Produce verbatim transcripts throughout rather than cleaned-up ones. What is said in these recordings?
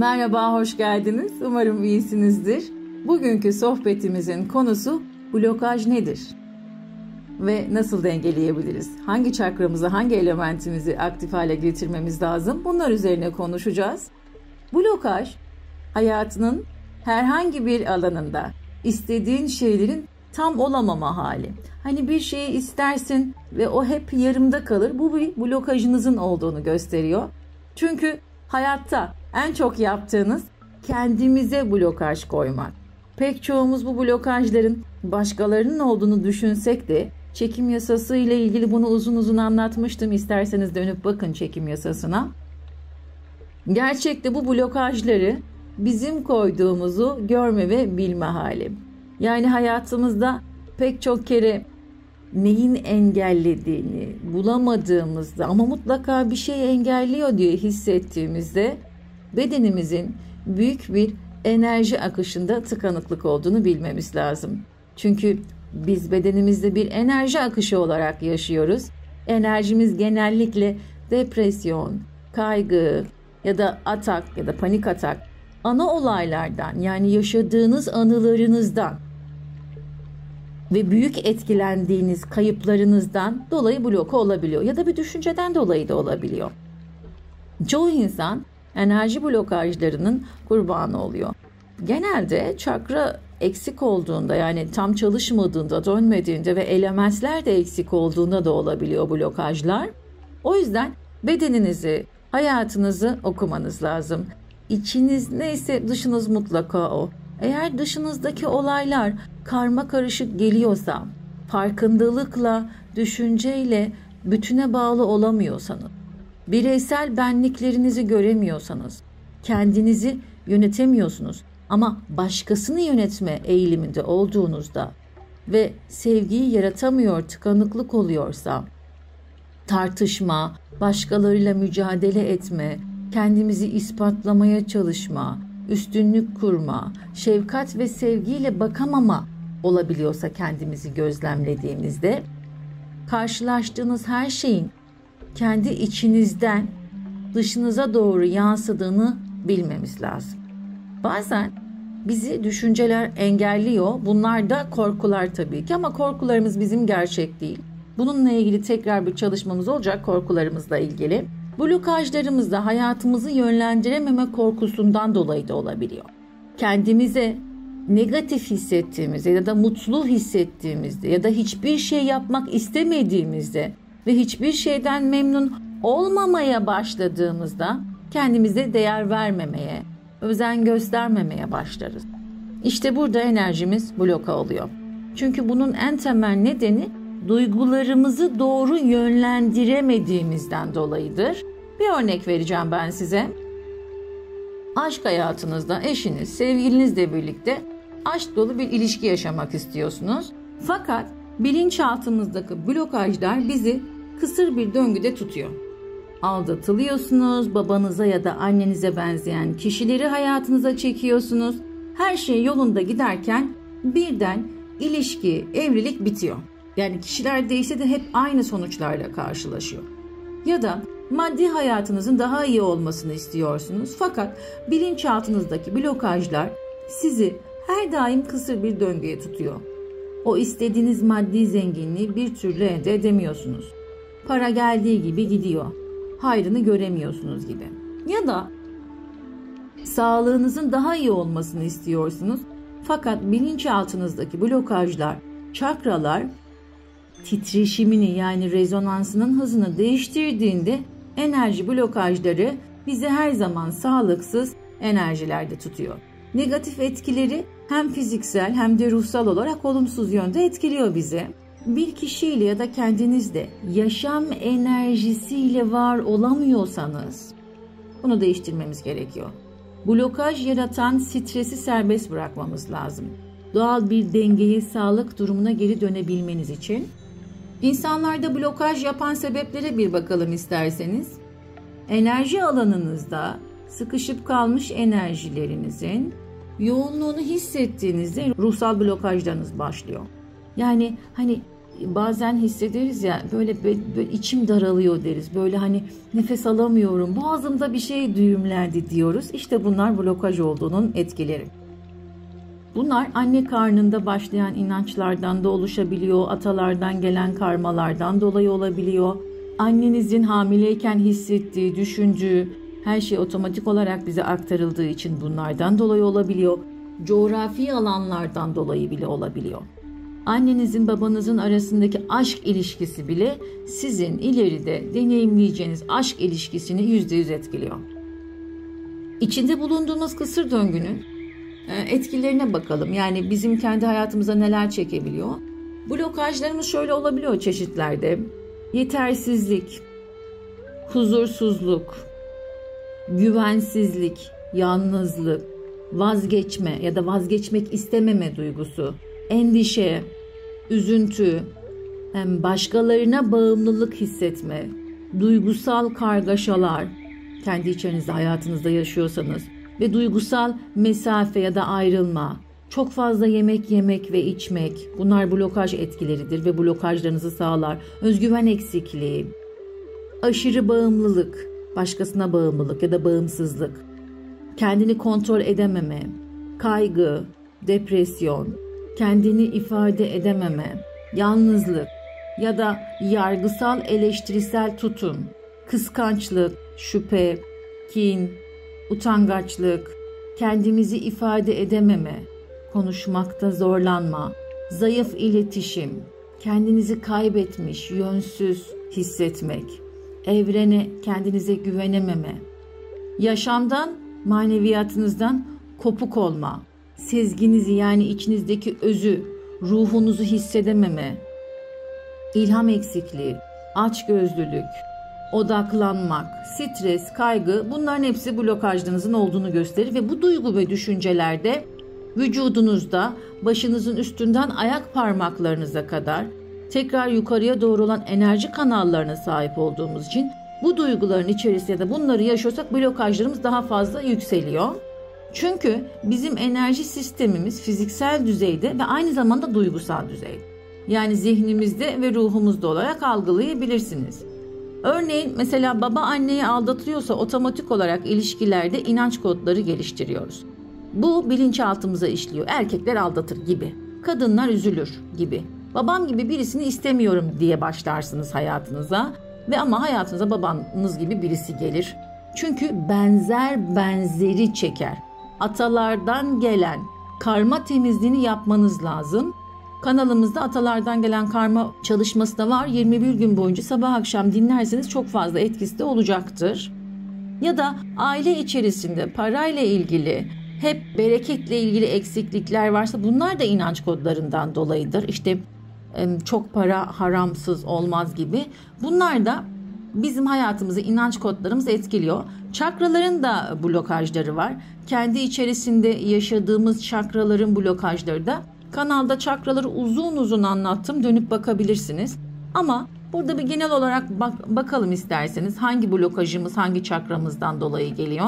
Merhaba, hoş geldiniz. Umarım iyisinizdir. Bugünkü sohbetimizin konusu blokaj nedir? Ve nasıl dengeleyebiliriz? Hangi çakramızı, hangi elementimizi aktif hale getirmemiz lazım? Bunlar üzerine konuşacağız. Blokaj, hayatının herhangi bir alanında istediğin şeylerin tam olamama hali. Hani bir şeyi istersin ve o hep yarımda kalır. Bu bir blokajınızın olduğunu gösteriyor. Çünkü hayatta en çok yaptığınız kendimize blokaj koymak. Pek çoğumuz bu blokajların başkalarının olduğunu düşünsek de çekim yasası ile ilgili bunu uzun uzun anlatmıştım. İsterseniz dönüp bakın çekim yasasına. Gerçekte bu blokajları bizim koyduğumuzu görme ve bilme hali. Yani hayatımızda pek çok kere neyin engellediğini bulamadığımızda ama mutlaka bir şey engelliyor diye hissettiğimizde bedenimizin büyük bir enerji akışında tıkanıklık olduğunu bilmemiz lazım. Çünkü biz bedenimizde bir enerji akışı olarak yaşıyoruz. Enerjimiz genellikle depresyon, kaygı ya da atak ya da panik atak, ana olaylardan yani yaşadığınız anılarınızdan ve büyük etkilendiğiniz kayıplarınızdan dolayı bloke olabiliyor ya da bir düşünceden dolayı da olabiliyor. Çoğu insan enerji blokajlarının kurbanı oluyor. Genelde çakra eksik olduğunda yani tam çalışmadığında, dönmediğinde ve elementler de eksik olduğunda da olabiliyor blokajlar. O yüzden bedeninizi, hayatınızı okumanız lazım. İçiniz neyse dışınız mutlaka o. Eğer dışınızdaki olaylar karma karışık geliyorsa, farkındalıkla, düşünceyle bütüne bağlı olamıyorsanız, bireysel benliklerinizi göremiyorsanız, kendinizi yönetemiyorsunuz ama başkasını yönetme eğiliminde olduğunuzda ve sevgiyi yaratamıyor, tıkanıklık oluyorsa, tartışma, başkalarıyla mücadele etme, kendimizi ispatlamaya çalışma, üstünlük kurma, şefkat ve sevgiyle bakamama olabiliyorsa kendimizi gözlemlediğimizde, karşılaştığınız her şeyin kendi içinizden dışınıza doğru yansıdığını bilmemiz lazım. Bazen bizi düşünceler engelliyor. Bunlar da korkular tabii ki ama korkularımız bizim gerçek değil. Bununla ilgili tekrar bir çalışmamız olacak korkularımızla ilgili. Blokajlarımız da hayatımızı yönlendirememe korkusundan dolayı da olabiliyor. Kendimize negatif hissettiğimizde ya da mutlu hissettiğimizde ya da hiçbir şey yapmak istemediğimizde ve hiçbir şeyden memnun olmamaya başladığımızda kendimize değer vermemeye, özen göstermemeye başlarız. İşte burada enerjimiz bloka oluyor. Çünkü bunun en temel nedeni duygularımızı doğru yönlendiremediğimizden dolayıdır. Bir örnek vereceğim ben size. Aşk hayatınızda eşiniz, sevgilinizle birlikte aşk dolu bir ilişki yaşamak istiyorsunuz. Fakat bilinçaltımızdaki blokajlar bizi kısır bir döngüde tutuyor. Aldatılıyorsunuz, babanıza ya da annenize benzeyen kişileri hayatınıza çekiyorsunuz. Her şey yolunda giderken birden ilişki, evlilik bitiyor. Yani kişiler değişse de hep aynı sonuçlarla karşılaşıyor. Ya da maddi hayatınızın daha iyi olmasını istiyorsunuz. Fakat bilinçaltınızdaki blokajlar sizi her daim kısır bir döngüye tutuyor. O istediğiniz maddi zenginliği bir türlü elde edemiyorsunuz. Para geldiği gibi gidiyor. Hayrını göremiyorsunuz gibi. Ya da sağlığınızın daha iyi olmasını istiyorsunuz. Fakat bilinçaltınızdaki blokajlar, çakralar titreşimini yani rezonansının hızını değiştirdiğinde enerji blokajları bizi her zaman sağlıksız enerjilerde tutuyor. Negatif etkileri hem fiziksel hem de ruhsal olarak olumsuz yönde etkiliyor bizi. Bir kişiyle ya da kendinizde yaşam enerjisiyle var olamıyorsanız bunu değiştirmemiz gerekiyor. Blokaj yaratan stresi serbest bırakmamız lazım. Doğal bir dengeye, sağlık durumuna geri dönebilmeniz için. İnsanlarda blokaj yapan sebeplere bir bakalım isterseniz. Enerji alanınızda sıkışıp kalmış enerjilerinizin yoğunluğunu hissettiğinizde ruhsal blokajlarınız başlıyor. Yani hani bazen hissederiz ya, böyle, böyle, böyle içim daralıyor deriz. Böyle hani nefes alamıyorum, boğazımda bir şey düğümlendi diyoruz. İşte bunlar blokaj olduğunun etkileri. Bunlar anne karnında başlayan inançlardan da oluşabiliyor, atalardan gelen karmalardan dolayı olabiliyor. Annenizin hamileyken hissettiği, düşündüğü her şey otomatik olarak bize aktarıldığı için bunlardan dolayı olabiliyor. Coğrafi alanlardan dolayı bile olabiliyor. Annenizin babanızın arasındaki aşk ilişkisi bile sizin ileride deneyimleyeceğiniz aşk ilişkisini yüzde yüz etkiliyor. İçinde bulunduğumuz kısır döngünün etkilerine bakalım. Yani bizim kendi hayatımıza neler çekebiliyor? Blokajlarımız şöyle olabiliyor çeşitlerde. Yetersizlik, huzursuzluk, güvensizlik, yalnızlık, vazgeçme ya da vazgeçmek istememe duygusu, endişe, üzüntü, başkalarına bağımlılık hissetme, duygusal kargaşalar, kendi içinizde hayatınızda yaşıyorsanız ve duygusal mesafe ya da ayrılma, çok fazla yemek yemek ve içmek, bunlar blokaj etkileridir ve blokajlarınızı sağlar. Özgüven eksikliği, aşırı bağımlılık, başkasına bağımlılık ya da bağımsızlık, kendini kontrol edememe, kaygı, depresyon, kendini ifade edememe, yalnızlık ya da yargısal eleştirisel tutum, kıskançlık, şüphe, kin, utangaçlık, kendimizi ifade edememe, konuşmakta zorlanma, zayıf iletişim, kendinizi kaybetmiş, yönsüz hissetmek, evrene, kendinize güvenememe, yaşamdan, maneviyatınızdan kopuk olma, sezginizi yani içinizdeki özü, ruhunuzu hissedememe, ilham eksikliği, açgözlülük, odaklanmak, stres, kaygı, bunların hepsi blokajlarınızın olduğunu gösterir ve bu duygu ve düşüncelerde vücudunuzda başınızın üstünden ayak parmaklarınıza kadar tekrar yukarıya doğru olan enerji kanallarına sahip olduğumuz için bu duyguların içerisinde bunları yaşıyorsak blokajlarımız daha fazla yükseliyor. Çünkü bizim enerji sistemimiz fiziksel düzeyde ve aynı zamanda duygusal düzeyde. Yani zihnimizde ve ruhumuzda olarak algılayabilirsiniz. Örneğin mesela baba anneyi aldatıyorsa otomatik olarak ilişkilerde inanç kodları geliştiriyoruz. Bu bilinçaltımıza işliyor. Erkekler aldatır gibi, kadınlar üzülür gibi. Babam gibi birisini istemiyorum diye başlarsınız hayatınıza ve ama hayatınıza babanız gibi birisi gelir. Çünkü benzer benzeri çeker. Atalardan gelen karma temizliğini yapmanız lazım. Kanalımızda atalardan gelen karma çalışması da var. yirmi bir gün boyunca sabah akşam dinlerseniz çok fazla etkisi de olacaktır. Ya da aile içerisinde parayla ilgili, hep bereketle ilgili eksiklikler varsa bunlar da inanç kodlarından dolayıdır. İşte çok para haramsız olmaz gibi. Bunlar da bizim hayatımızı, inanç kodlarımız etkiliyor. Çakraların da blokajları var. Kendi içerisinde yaşadığımız çakraların blokajları da. Kanalda çakraları uzun uzun anlattım. Dönüp bakabilirsiniz. Ama burada bir genel olarak bak- bakalım isterseniz hangi blokajımız hangi çakramızdan dolayı geliyor.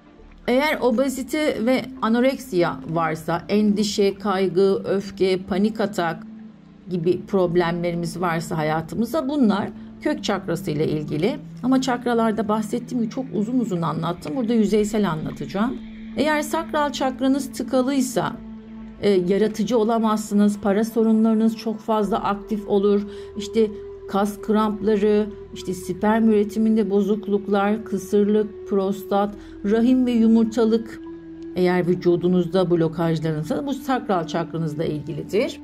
Eğer obezite ve anoreksiya varsa, endişe, kaygı, öfke, panik atak gibi problemlerimiz varsa hayatımızda bunlar kök çakrası ile ilgili. Ama çakralarda bahsettiğim gibi çok uzun uzun anlattım. Burada yüzeysel anlatacağım. Eğer sakral çakranız tıkalıysa e, yaratıcı olamazsınız. Para sorunlarınız çok fazla aktif olur. İşte kas krampları, işte sperm üretiminde bozukluklar, kısırlık, prostat, rahim ve yumurtalık eğer vücudunuzda blokajlarınızsa bu sakral çakranızla ilgilidir.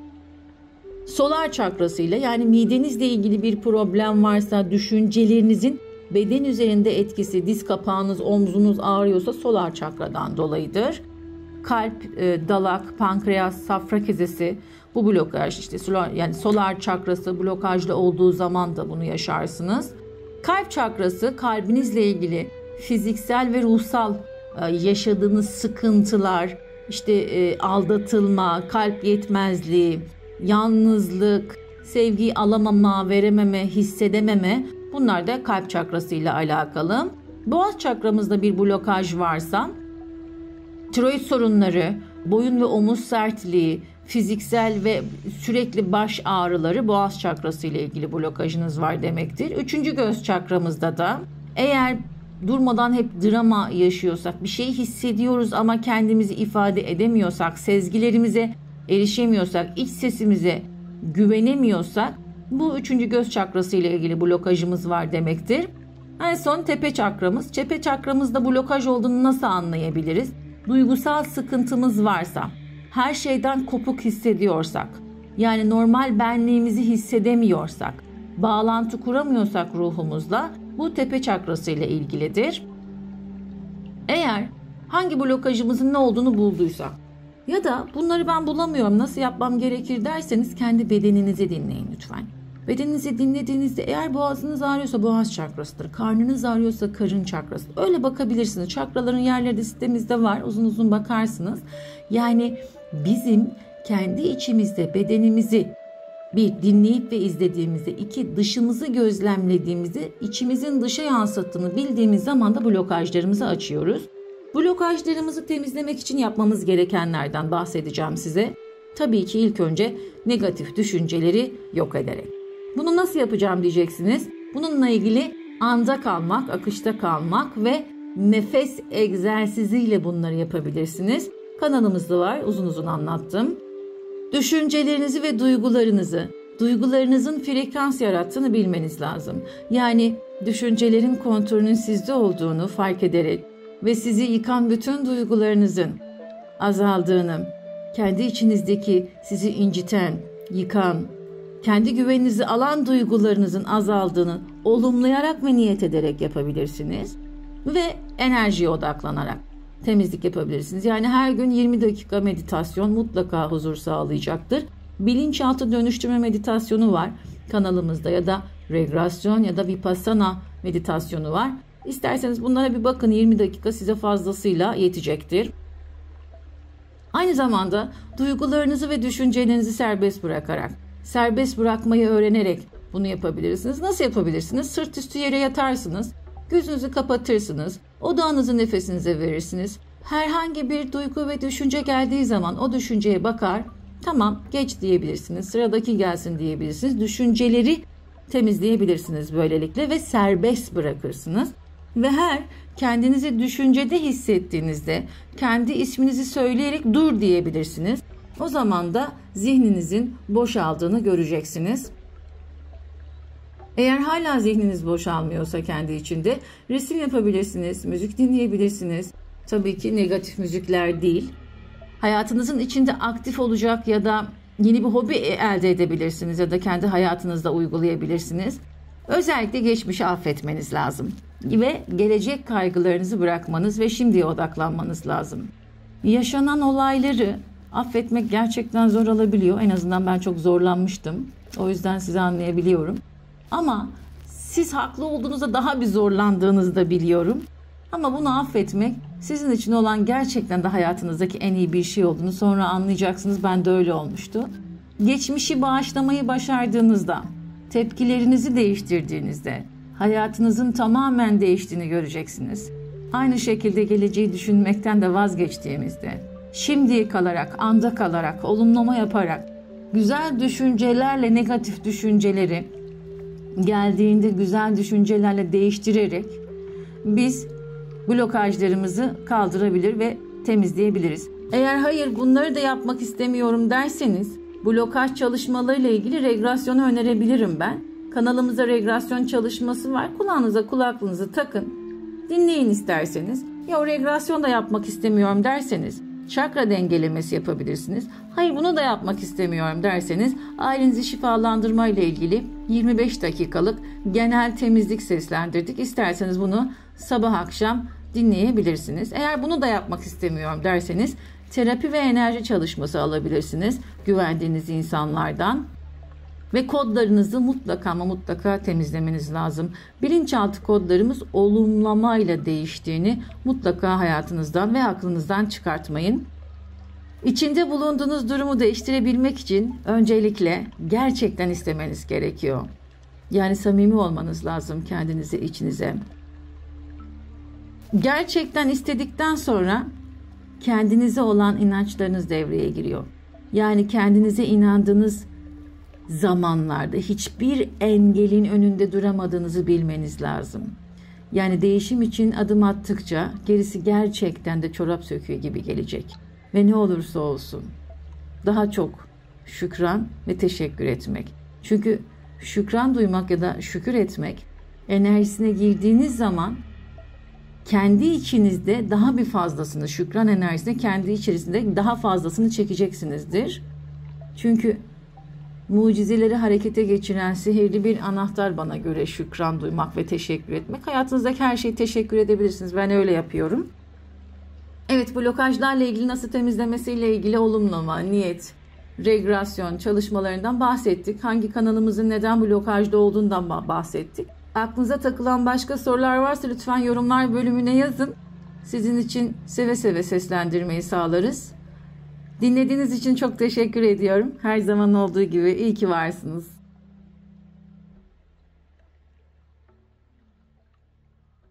Solar çakrasıyla yani midenizle ilgili bir problem varsa, düşüncelerinizin beden üzerinde etkisi, diz kapağınız, omzunuz ağrıyorsa solar çakradan dolayıdır. Kalp, e, dalak, pankreas, safra kezesi bu blokaj işte solar, yani solar çakrası blokajlı olduğu zaman da bunu yaşarsınız. Kalp çakrası kalbinizle ilgili fiziksel ve ruhsal e, yaşadığınız sıkıntılar, işte e, aldatılma, kalp yetmezliği, yalnızlık, sevgiyi alamama, verememe, hissedememe bunlar da kalp çakrasıyla alakalı. Boğaz çakramızda bir blokaj varsa tiroid sorunları, boyun ve omuz sertliği, fiziksel ve sürekli baş ağrıları, boğaz çakrası ile ilgili blokajınız var demektir. Üçüncü göz çakramızda da eğer durmadan hep drama yaşıyorsak, bir şey hissediyoruz ama kendimizi ifade edemiyorsak, sezgilerimize erişemiyorsak, iç sesimize güvenemiyorsak, bu üçüncü göz çakrası ile ilgili blokajımız var demektir. En son tepe çakramız. Tepe çakramızda blokaj olduğunu nasıl anlayabiliriz? Duygusal sıkıntımız varsa, her şeyden kopuk hissediyorsak, yani normal benliğimizi hissedemiyorsak, bağlantı kuramıyorsak ruhumuzla, bu tepe çakrası ile ilgilidir. Eğer hangi blokajımızın ne olduğunu bulduysak ya da bunları ben bulamıyorum, nasıl yapmam gerekir derseniz kendi bedeninizi dinleyin lütfen. Bedeninizi dinlediğinizde eğer boğazınız ağrıyorsa boğaz çakrasıdır, karnınız ağrıyorsa karın çakrasıdır. Öyle bakabilirsiniz. Çakraların yerleri de sitemizde var. Uzun uzun bakarsınız. Yani bizim kendi içimizde bedenimizi bir dinleyip ve izlediğimizde, iki dışımızı gözlemlediğimizde içimizin dışa yansıttığını bildiğimiz zaman da blokajlarımızı açıyoruz. Blokajlarımızı temizlemek için yapmamız gerekenlerden bahsedeceğim size. Tabii ki ilk önce negatif düşünceleri yok ederek. Bunu nasıl yapacağım diyeceksiniz. Bununla ilgili anda kalmak, akışta kalmak ve nefes egzersiziyle bunları yapabilirsiniz. Kanalımızda var, uzun uzun anlattım. Düşüncelerinizi ve duygularınızı, duygularınızın frekans yarattığını bilmeniz lazım. Yani düşüncelerin kontrolünün sizde olduğunu fark ederek ve sizi yıkan bütün duygularınızın azaldığını, kendi içinizdeki sizi inciten, yıkan, kendi güveninizi alan duygularınızın azaldığını olumlayarak ve niyet ederek yapabilirsiniz. Ve enerjiye odaklanarak temizlik yapabilirsiniz. Yani her gün yirmi dakika meditasyon mutlaka huzur sağlayacaktır. Bilinçaltı dönüştürme meditasyonu var kanalımızda ya da regresyon ya da vipassana meditasyonu var. İsterseniz bunlara bir bakın, yirmi dakika size fazlasıyla yetecektir. Aynı zamanda duygularınızı ve düşüncelerinizi serbest bırakarak, serbest bırakmayı öğrenerek bunu yapabilirsiniz. Nasıl yapabilirsiniz? Sırt üstü yere yatarsınız, gözünüzü kapatırsınız, odağınızı nefesinize verirsiniz. Herhangi bir duygu ve düşünce geldiği zaman o düşünceye bakar, tamam geç diyebilirsiniz, sıradaki gelsin diyebilirsiniz. Düşünceleri temizleyebilirsiniz böylelikle ve serbest bırakırsınız. Ve her kendinizi düşüncede hissettiğinizde kendi isminizi söyleyerek dur diyebilirsiniz. O zaman da zihninizin boşaldığını göreceksiniz. Eğer hala zihniniz boşalmıyorsa kendi içinde resim yapabilirsiniz, müzik dinleyebilirsiniz. Tabii ki negatif müzikler değil. Hayatınızın içinde aktif olacak ya da yeni bir hobi elde edebilirsiniz ya da kendi hayatınızda uygulayabilirsiniz. Özellikle geçmişi affetmeniz lazım ve gelecek kaygılarınızı bırakmanız ve şimdiye odaklanmanız lazım. Yaşanan olayları affetmek gerçekten zor olabiliyor. En azından ben çok zorlanmıştım. O yüzden sizi anlayabiliyorum. Ama siz haklı olduğunuzda daha bir zorlandığınızı da biliyorum. Ama bunu affetmek sizin için olan gerçekten de hayatınızdaki en iyi bir şey olduğunu sonra anlayacaksınız. Ben de öyle olmuştu. Geçmişi bağışlamayı başardığınızda, tepkilerinizi değiştirdiğinizde hayatınızın tamamen değiştiğini göreceksiniz. Aynı şekilde geleceği düşünmekten de vazgeçtiğimizde, şimdiye kalarak, anda kalarak, olumlama yaparak, güzel düşüncelerle negatif düşünceleri geldiğinde güzel düşüncelerle değiştirerek biz blokajlarımızı kaldırabilir ve temizleyebiliriz. Eğer hayır bunları da yapmak istemiyorum derseniz blokaj çalışmalarıyla ilgili regresyonu önerebilirim ben. Kanalımızda regresyon çalışması var. Kulağınıza kulaklığınızı takın. Dinleyin isterseniz. Ya o regresyon da yapmak istemiyorum derseniz çakra dengelemesi yapabilirsiniz. Hayır bunu da yapmak istemiyorum derseniz ailenizi şifalandırma ile ilgili yirmi beş dakikalık genel temizlik seslendirdik. İsterseniz bunu sabah akşam dinleyebilirsiniz. Eğer bunu da yapmak istemiyorum derseniz terapi ve enerji çalışması alabilirsiniz güvendiğiniz insanlardan. Ve kodlarınızı mutlaka ama mutlaka temizlemeniz lazım. Bilinçaltı kodlarımız olumlamayla değiştiğini mutlaka hayatınızdan ve aklınızdan çıkartmayın. İçinde bulunduğunuz durumu değiştirebilmek için öncelikle gerçekten istemeniz gerekiyor. Yani samimi olmanız lazım kendinize, içinize. Gerçekten istedikten sonra kendinize olan inançlarınız devreye giriyor. Yani kendinize inandığınız zamanlarda hiçbir engelin önünde duramadığınızı bilmeniz lazım. Yani değişim için adım attıkça gerisi gerçekten de çorap söküğü gibi gelecek. Ve ne olursa olsun daha çok şükran ve teşekkür etmek. Çünkü şükran duymak ya da şükür etmek enerjisine girdiğiniz zaman kendi içinizde daha bir fazlasını, şükran enerjisine kendi içerisinde daha fazlasını çekeceksinizdir. Çünkü mucizeleri harekete geçiren sihirli bir anahtar bana göre şükran duymak ve teşekkür etmek. Hayatınızdaki her şeyi teşekkür edebilirsiniz. Ben öyle yapıyorum. Evet, blokajlarla ilgili nasıl temizlemesiyle ilgili olumlama, niyet, regresyon çalışmalarından bahsettik. Hangi kanalımızın neden blokajda olduğundan bahsettik. Aklınıza takılan başka sorular varsa lütfen yorumlar bölümüne yazın. Sizin için seve seve seslendirmeyi sağlarız. Dinlediğiniz için çok teşekkür ediyorum. Her zaman olduğu gibi iyi ki varsınız.